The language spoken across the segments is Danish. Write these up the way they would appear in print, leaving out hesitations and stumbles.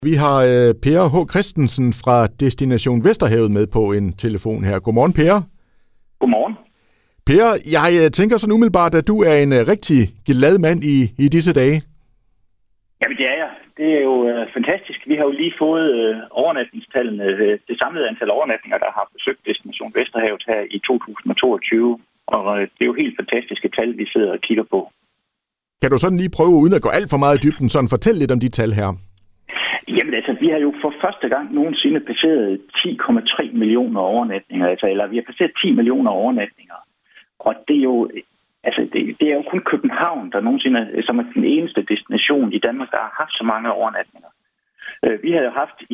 Vi har Per H. Christensen fra Destination Vesterhavet med på en telefon her. Godmorgen, Per. Godmorgen. Per, jeg tænker sådan umiddelbart, at du er en rigtig glad mand i disse dage. Jamen det er jeg. Det er jo fantastisk. Vi har jo lige fået overnatningstallene, det samlede antal overnatninger, der har besøgt Destination Vesterhavet her i 2022. Og det er jo helt fantastiske tal, vi sidder og kigger på. Kan du sådan lige prøve, uden at gå alt for meget i dybden, sådan fortælle lidt om de tal her? Jamen altså, vi har jo for første gang nogensinde passeret 10,3 millioner overnatninger, eller vi har passeret 10 millioner overnatninger. Og det er jo, altså det er jo kun København, der nogensinde, som er den eneste destination i Danmark, der har haft så mange overnatninger. Vi havde haft i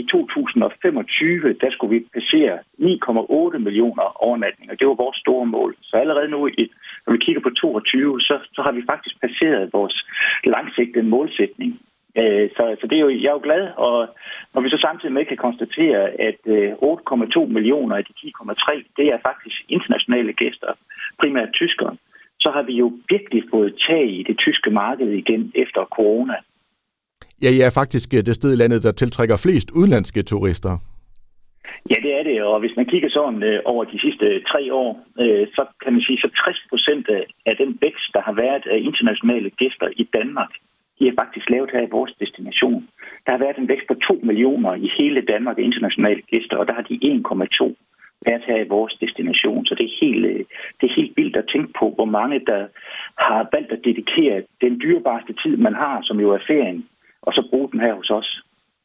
2025, der skulle vi passere 9,8 millioner overnatninger. Det var vores store mål. Så allerede nu, når vi kigger på 22, så har vi faktisk passeret vores langsigtede målsætning. Så det er jo, jeg er jo glad, og når vi så samtidig med kan konstatere, at 8,2 millioner af de 10,3, det er faktisk internationale gæster, primært tyskere, så har vi jo virkelig fået tag i det tyske marked igen efter corona. Ja, I er faktisk det sted i landet, der tiltrækker flest udenlandske turister. Ja, det er det, og hvis man kigger sådan over de sidste 3 år, så kan man sige, så 60% af den vækst, der har været af internationale gæster i Danmark, de er faktisk lavet her i vores destination. Der har været en vækst på 2 millioner i hele Danmark af internationale gæster, og der har de 1,2 været her i vores destination. Så det er helt vildt at tænke på, hvor mange der har valgt at dedikere den dyrebarste tid, man har, som jo er ferien, og så bruge den her hos os.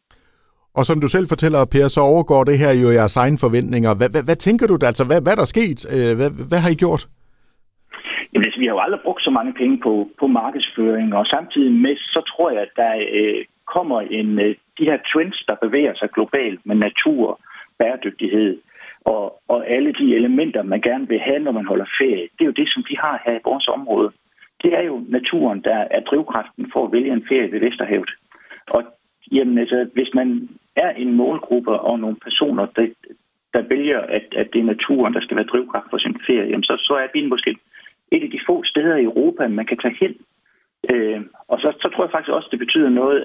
Og som du selv fortæller, Per, så overgår det her jo jeres egne forventninger. Hvad tænker du? Altså, hvad er der sket? Hvad har I gjort? Jamen, altså, vi har jo aldrig brugt så mange penge på markedsføring, og samtidig med, så tror jeg, at der kommer de her trends, der bevæger sig globalt med natur, bæredygtighed og alle de elementer, man gerne vil have, når man holder ferie. Det er jo det, som vi har her i vores område. Det er jo naturen, der er drivkraften for at vælge en ferie ved Vesterhavet. Og jamen, altså, hvis man er en målgruppe og nogle personer, der vælger, at det er naturen, der skal være drivkraft for sin ferie, jamen, så er vi måske et af de få steder i Europa, man kan tage hen. Og så tror jeg faktisk også, det betyder noget,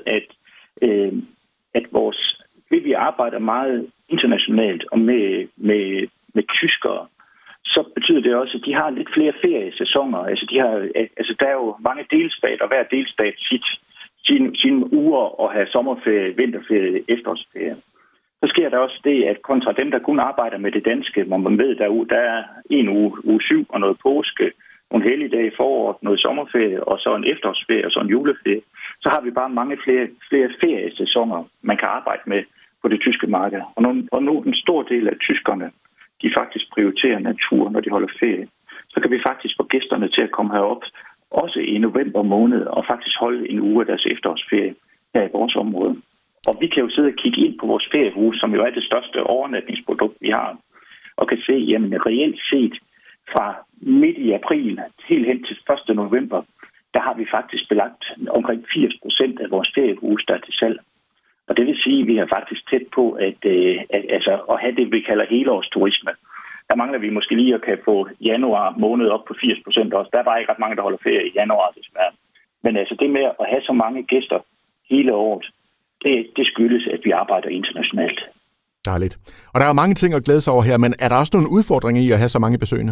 at vi arbejder meget internationalt og med tyskere, så betyder det også, at de har lidt flere feriesæsoner. Altså der er jo mange delstater, og hver delstat sine uger at have sommerferie, vinterferie, efterårsferie. Så sker der også det, at kontra dem, der kun arbejder med det danske, hvor man ved, der er en uge 7 og noget påske, nogle helligdage i foråret, noget sommerferie, og så en efterårsferie, og så en juleferie, så har vi bare mange flere feriesæsoner, man kan arbejde med på det tyske marked. Og nu en stor del af tyskerne, de faktisk prioriterer natur, når de holder ferie. Så kan vi faktisk få gæsterne til at komme herop, også i november måned, og faktisk holde en uge af deres efterårsferie her i vores område. Og vi kan jo sidde og kigge ind på vores feriehus, som jo er det største overnatningsprodukt, vi har, og kan se, jamen reelt set fra midt i april helt hen til 1. november, der har vi faktisk belagt omkring 80% af vores feriehus, der er til salg. Og det vil sige, at vi er faktisk tæt på at have det, vi kalder helårsturisme. Der mangler vi måske lige at kan få januar måned op på 80% også. Der er bare ikke ret mange, der holder ferie i januar, desværre. Men altså det med at have så mange gæster hele året, det skyldes, at vi arbejder internationalt. Dejligt. Og der er mange ting at glæde sig over her, men er der også nogle udfordringer i at have så mange besøgende?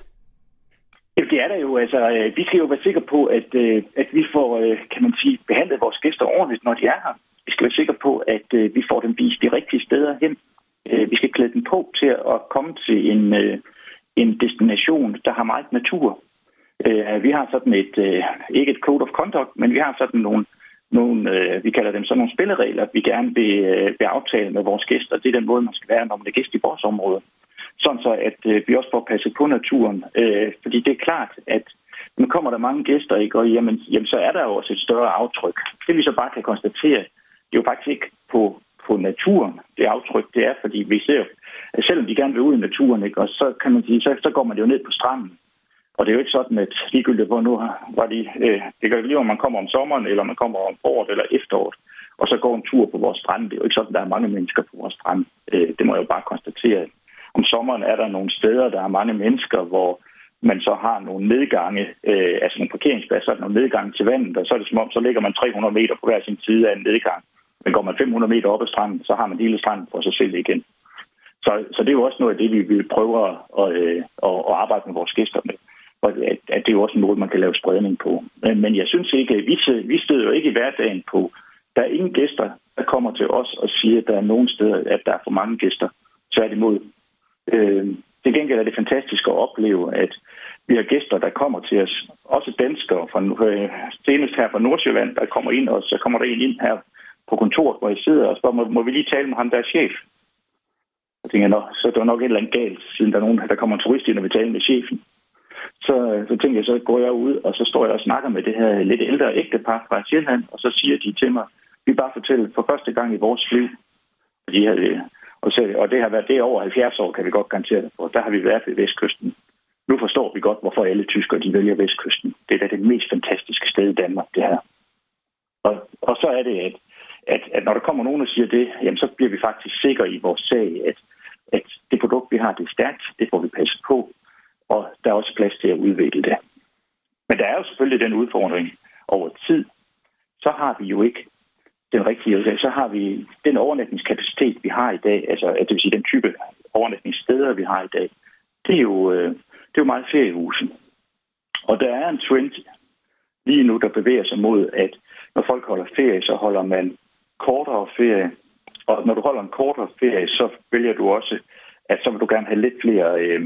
Det er der jo. Altså, vi skal jo være sikre på, at vi får, kan man sige, behandlet vores gæster ordentligt, når de er her. Vi skal være sikre på, at vi får dem vist de rigtige steder hen. Vi skal klæde dem på til at komme til en destination, der har meget natur. Vi har sådan ikke et code of conduct, men vi har sådan nogle vi kalder dem sådan nogle spilleregler, vi gerne vil aftale med vores gæster. Det er den måde, man skal være, når man er gæst i vores område. Sådan så, at vi også får passet på naturen. Fordi det er klart, at nu kommer der mange gæster, ikke? Og jamen, så er der jo også et større aftryk. Det vi så bare kan konstatere, det er jo faktisk ikke på naturen, det aftryk, det er, fordi vi ser, at selvom de gerne vil ud i naturen, ikke? Og så kan man sige, så går man jo ned på stranden. Og det er jo ikke sådan, at ligegyldigt, hvor nu var det kan jo lige, om man kommer om sommeren, eller man kommer om året eller efteråret, og så går en tur på vores strand. Det er jo ikke sådan, at der er mange mennesker på vores strand. Det må jeg jo bare konstatere. Om sommeren er der nogle steder, der er mange mennesker, hvor man så har nogle nedgange, altså nogle parkeringspladser, nogle nedgange til vandet, og så er det som om, så ligger man 300 meter på hver sin side af en nedgang. Men går man 500 meter op ad stranden, så har man hele stranden for sig selv igen. Så det er jo også noget af det, vi prøver at arbejde med vores gæster med. Og at det er jo også en måde, man kan lave spredning på. Men jeg synes ikke, vi støder jo ikke i hverdagen på. Der er ingen gæster, der kommer til os og siger, at der er nogen steder, at der er for mange gæster. Tværtimod. Til gengæld er det fantastisk at opleve, at vi har gæster, der kommer til os. Også danskere, senest her fra Nordsjælland, der kommer ind, og så kommer der en ind her på kontoret, hvor jeg sidder og spørger, må vi lige tale med ham, der er chef? Jeg tænker, så er der nok et eller andet galt, siden der kommer en turist ind, og vi taler med chefen. Så tænker jeg, så går jeg ud, og så står jeg og snakker med det her lidt ældre ægtepar fra Sjælland, og så siger de til mig, vi bare fortæller for første gang i vores liv, og det har været det over 70 år, kan vi godt garantere det for. Der har vi været ved Vestkysten. Nu forstår vi godt, hvorfor alle tyskere de vælger Vestkysten. Det er da det mest fantastiske sted i Danmark, det her. Og så er det, at når der kommer nogen og siger det, jamen så bliver vi faktisk sikre i vores sag, at det produkt, vi har, det er stærkt, det får vi passe på, og der er også plads til at udvikle det. Men der er jo selvfølgelig den udfordring over tid, så har vi jo ikke den rigtige, så har vi den overnatningskapacitet, vi har i dag, altså det vil sige den type overnatningssteder, vi har i dag, det er jo meget feriehuse. Og der er en trend lige nu, der bevæger sig mod, at når folk holder ferie, så holder man kortere ferie. Og når du holder en kortere ferie, så vælger du også, at så vil du gerne have lidt flere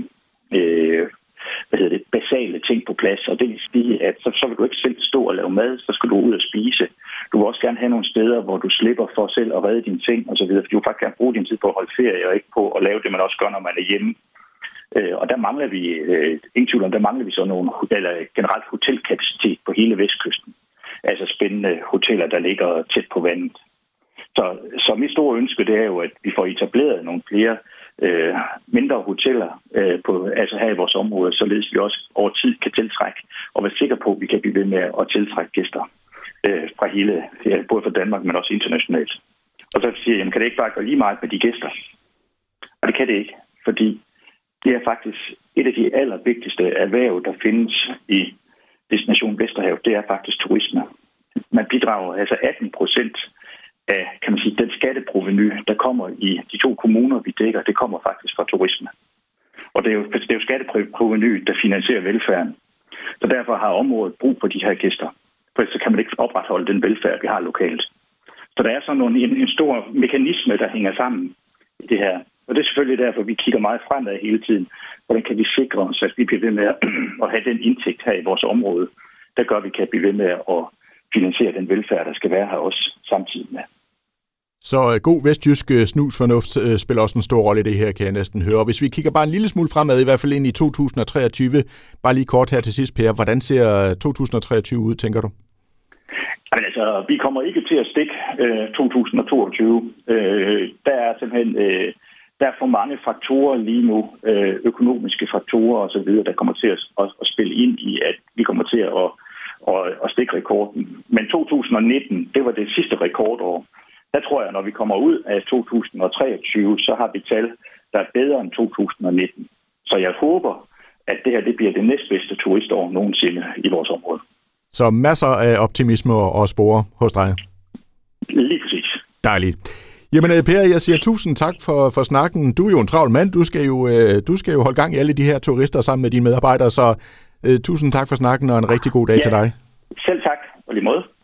basale ting på plads. Og det vil sige, at så vil du ikke selv stå og lave mad, så skal du ud og spise. Du vil også gerne have nogle steder, hvor du slipper for selv at redde dine ting osv. For du vil faktisk gerne bruge din tid på at holde ferie, og ikke på at lave det, man også gør, når man er hjemme. Og der mangler vi, ingen tvivl om, der mangler vi så nogle, eller generelt hotelkapacitet på hele Vestkysten. Altså spændende hoteller, der ligger tæt på vandet. Så mit store ønske, det er jo, at vi får etableret nogle flere mindre hoteller altså her i vores område, således vi også over tid kan tiltrække og være sikre på, at vi kan blive ved med at tiltrække gæster fra hele, både fra Danmark, men også internationalt. Og så siger jeg, kan det ikke bare gøre lige meget med de gæster? Og det kan det ikke, fordi det er faktisk et af de allervigtigste erhverv, der findes i Destination Vesterhav. Det er faktisk turisme. Man bidrager altså 18% af, kan man sige, den skatteprovenu, der kommer i de 2 kommuner, vi dækker, det kommer faktisk fra turisme. Og det er jo skatteprovenu, der finansierer velfærden. Så derfor har området brug for de her gæster. For så kan man ikke opretholde den velfærd, vi har lokalt. Så der er sådan en stor mekanisme, der hænger sammen i det her. Og det er selvfølgelig derfor, vi kigger meget fremad hele tiden. Hvordan kan vi sikre os, at vi bliver ved med at have den indtægt her i vores område, der gør, at vi kan blive ved med at finansiere den velfærd, der skal være her også samtidig med. Så god vestjysk snusfornuft spiller også en stor rolle i det her, kan jeg næsten høre. Og hvis vi kigger bare en lille smule fremad, i hvert fald ind i 2023, bare lige kort her til sidst, Per, hvordan ser 2023 ud, tænker du? Jamen, altså, vi kommer ikke til at stikke 2022. Der er simpelthen der er for mange faktorer lige nu, økonomiske faktorer osv., der kommer til at spille ind i, at vi kommer til at stikke rekorden. Men 2019, det var det sidste rekordår. Der tror jeg, når vi kommer ud af 2023, så har vi tal, der er bedre end 2019. Så jeg håber, at det her det bliver det næstbedste turistår nogensinde i vores område. Så masser af optimisme og spore hos dig. Lige præcis. Dejligt. Jamen Per, jeg siger tusind tak for snakken. Du er jo en travl mand. Du skal jo holde gang i alle de her turister sammen med dine medarbejdere, så tusind tak for snakken og en rigtig god dag til dig. Selv tak, og lige måde.